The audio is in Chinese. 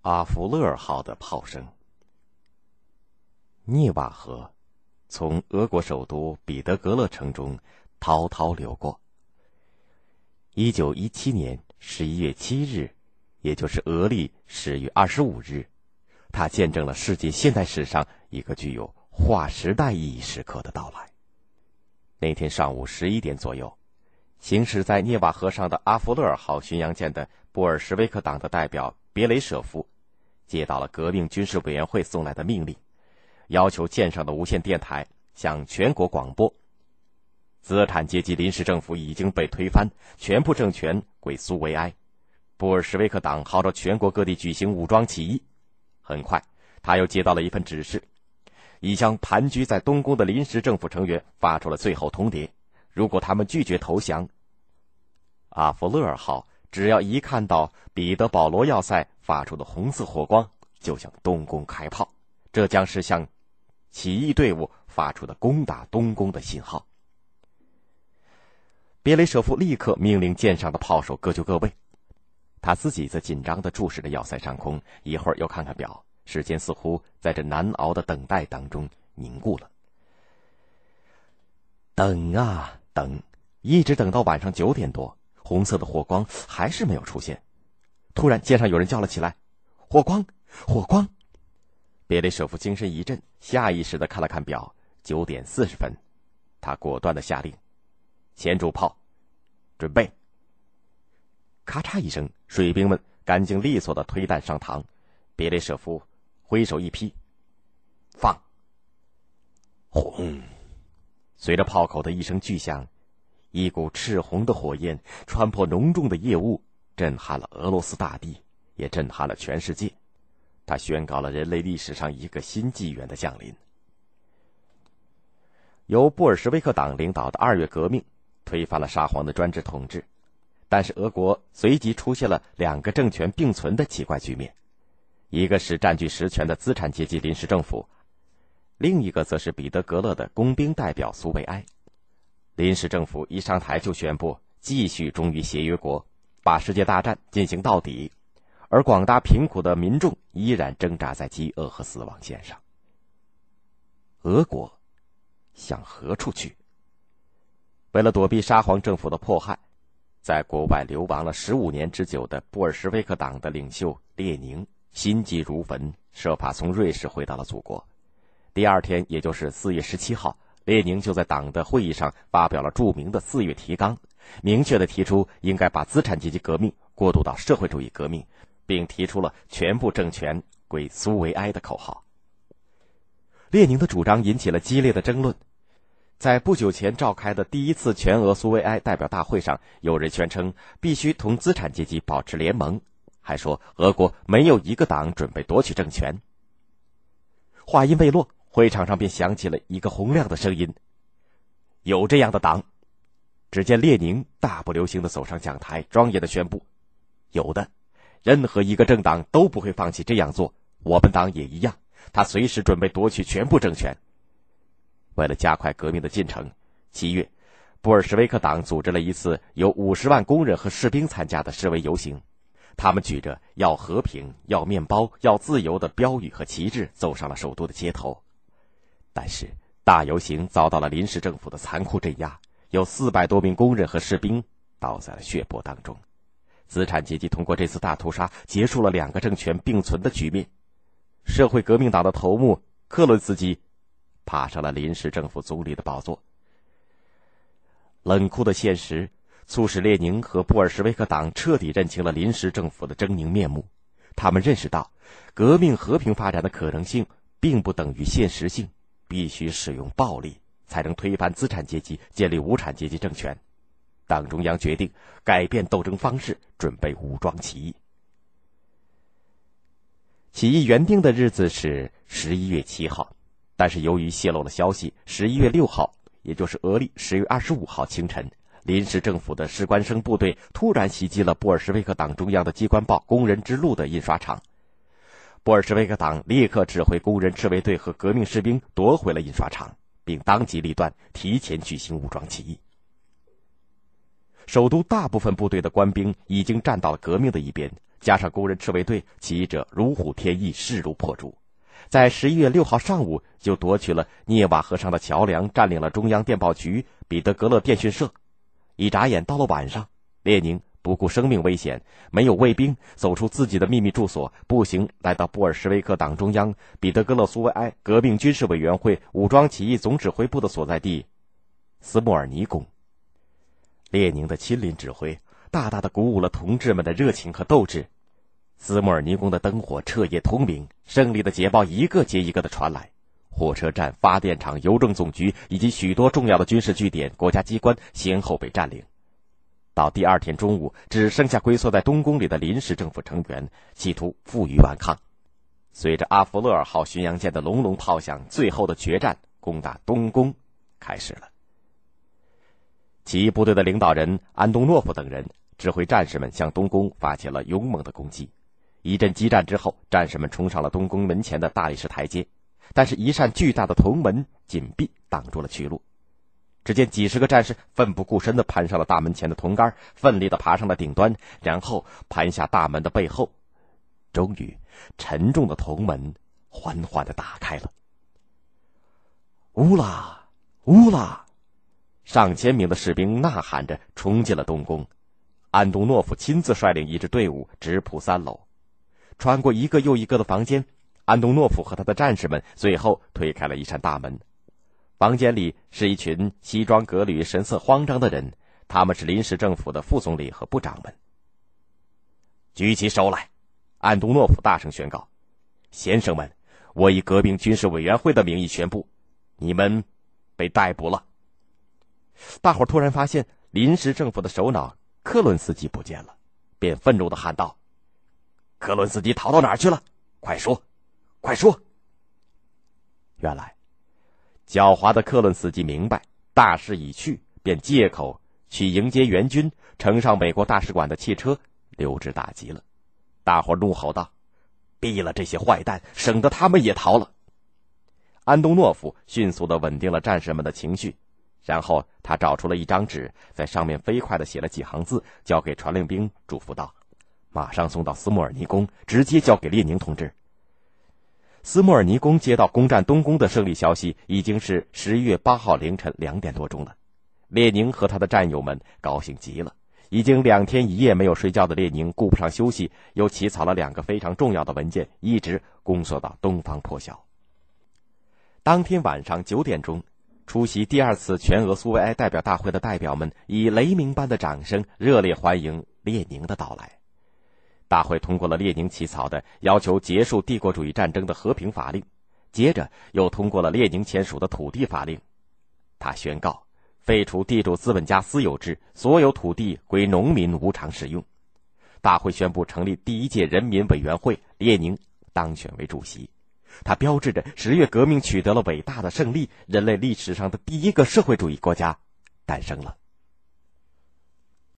阿弗勒尔号的炮声。涅瓦河从俄国首都彼得格勒城中滔滔流过。1917年11月7日，也就是俄历10月25日，它见证了世界现代史上一个具有划时代意义时刻的到来。那天上午11点左右，行驶在涅瓦河上的阿弗勒尔号巡洋舰的布尔什维克党的代表别雷舍夫接到了革命军事委员会送来的命令，要求舰上的无线电台向全国广播：资产阶级临时政府已经被推翻，全部政权归苏维埃。布尔什维克党号召全国各地举行武装起义。很快，他又接到了一份指示，已向盘踞在东宫的临时政府成员发出了最后通牒：如果他们拒绝投降，阿弗勒尔号只要一看到彼得保罗要塞发出的红色火光，就向东宫开炮，这将是向起义队伍发出的攻打东宫的信号。别雷舍夫立刻命令舰上的炮手各就各位，他自己则紧张地注视着要塞上空，一会儿又看看表，时间似乎在这难熬的等待当中凝固了。等啊等，一直等到晚上9点多，红色的火光还是没有出现。突然舰上有人叫了起来：火光，火光！别雷舍夫精神一振，下意识地看了看表，9点40分，他果断地下令：前主炮，准备！咔嚓一声，水兵们干净利索地推弹上膛。别雷舍夫挥手一劈，放！轰！随着炮口的一声巨响，一股赤红的火焰穿破浓重的夜雾，震撼了俄罗斯大地，也震撼了全世界。它宣告了人类历史上一个新纪元的降临。由布尔什维克党领导的2月革命推翻了沙皇的专制统治，但是俄国随即出现了2个政权并存的奇怪局面，一个是占据实权的资产阶级临时政府，另一个则是彼得格勒的工兵代表苏维埃。临时政府一上台就宣布继续忠于协约国，把世界大战进行到底，而广大贫苦的民众依然挣扎在饥饿和死亡线上。俄国向何处去？为了躲避沙皇政府的迫害，在国外流亡了15年之久的布尔什维克党的领袖列宁心急如焚，设法从瑞士回到了祖国。第2天，也就是4月17号，列宁就在党的会议上发表了著名的4月提纲，明确地提出应该把资产阶级革命过渡到社会主义革命，并提出了全部政权归苏维埃的口号。列宁的主张引起了激烈的争论。在不久前召开的第1次全俄苏维埃代表大会上，有人宣称必须同资产阶级保持联盟，还说俄国没有一个党准备夺取政权。话音未落，会场上便响起了一个洪亮的声音：有这样的党！只见列宁大步流星地走上讲台，庄严地宣布：有的，任何一个政党都不会放弃这样做，我们党也一样，他随时准备夺取全部政权。为了加快革命的进程，7月，布尔什维克党组织了一次由50万工人和士兵参加的示威游行，他们举着要和平、要面包、要自由的标语和旗帜走上了首都的街头。但是大游行遭到了临时政府的残酷镇压，有400多名工人和士兵倒在了血泊当中。资产阶级通过这次大屠杀结束了2个政权并存的局面。社会革命党的头目克伦斯基爬上了临时政府总理的宝座。冷酷的现实促使列宁和布尔什维克党彻底认清了临时政府的狰狞面目。他们认识到，革命和平发展的可能性并不等于现实性，必须使用暴力才能推翻资产阶级，建立无产阶级政权。党中央决定改变斗争方式，准备武装起义。起义原定的日子是11月7号，但是由于泄露了消息，11月6号，也就是俄历10月25号清晨，临时政府的士官生部队突然袭击了布尔什维克党中央的机关报《工人之路》的印刷厂。布尔什维克党立刻指挥工人赤卫队和革命士兵夺回了印刷厂，并当机立断提前举行武装起义。首都大部分部队的官兵已经站到了革命的一边， 加上工人赤卫队，起义者如虎添翼，势如破竹。在11月6号上午就夺取了涅瓦河上的桥梁，占领了中央电报局、彼得格勒电讯社。一眨眼到了晚上，列宁不顾生命危险，没有卫兵，走出自己的秘密住所，步行来到布尔什维克党中央彼得格勒苏维埃革命军事委员会武装起义总指挥部的所在地斯莫尔尼宫。列宁的亲临指挥大大的鼓舞了同志们的热情和斗志。斯莫尔尼宫的灯火彻夜通明，胜利的捷报一个接一个的传来。火车站、发电厂、邮政总局以及许多重要的军事据点、国家机关先后被占领。到第二天中午，只剩下龟缩在东宫里的临时政府成员，企图负隅顽抗。随着阿弗勒尔号巡洋舰的隆隆炮响，最后的决战攻打东宫开始了。起义部队的领导人安东诺夫等人指挥战士们向东宫发起了勇猛的攻击。一阵激战之后，战士们冲上了东宫门前的大理石台阶，但是一扇巨大的铜门紧闭挡住了去路。只见几十个战士奋不顾身地攀上了大门前的铜杆，奋力地爬上了顶端，然后攀下大门的背后。终于，沉重的铜门缓缓地打开了。乌拉乌拉！上千名的士兵呐喊着冲进了东宫。安东诺夫亲自率领一支队伍直扑3楼，穿过一个又一个的房间，安东诺夫和他的战士们最后推开了一扇大门。房间里是一群西装革履、神色慌张的人，他们是临时政府的副总理和部长们。举起手来，安东诺夫大声宣告：先生们，我以革命军事委员会的名义宣布，你们被逮捕了。大伙突然发现临时政府的首脑克伦斯基不见了，便愤怒地喊道：克伦斯基逃到哪儿去了？快说，快说！原来狡猾的克伦斯基明白大势已去，便借口去迎接援军，乘上美国大使馆的汽车溜之大吉了。大伙怒吼道：毙了这些坏蛋，省得他们也逃了。安东诺夫迅速地稳定了战士们的情绪，然后他找出了一张纸，在上面飞快地写了几行字，交给传令兵，嘱咐道：马上送到斯莫尔尼宫，直接交给列宁同志。斯莫尔尼宫接到攻占东宫的胜利消息，已经是11月8号凌晨2点多钟了。列宁和他的战友们高兴极了，已经2天1夜没有睡觉的列宁顾不上休息，又起草了2个非常重要的文件，一直攻缩到东方破晓。当天晚上9点钟，出席第2次全俄苏维埃代表大会的代表们以雷鸣般的掌声热烈欢迎列宁的到来。大会通过了列宁起草的要求结束帝国主义战争的和平法令，接着又通过了列宁签署的土地法令。他宣告废除地主资本家私有制，所有土地归农民无偿使用。大会宣布成立第1届人民委员会，列宁当选为主席。它标志着10月革命取得了伟大的胜利，人类历史上的第1个社会主义国家诞生了。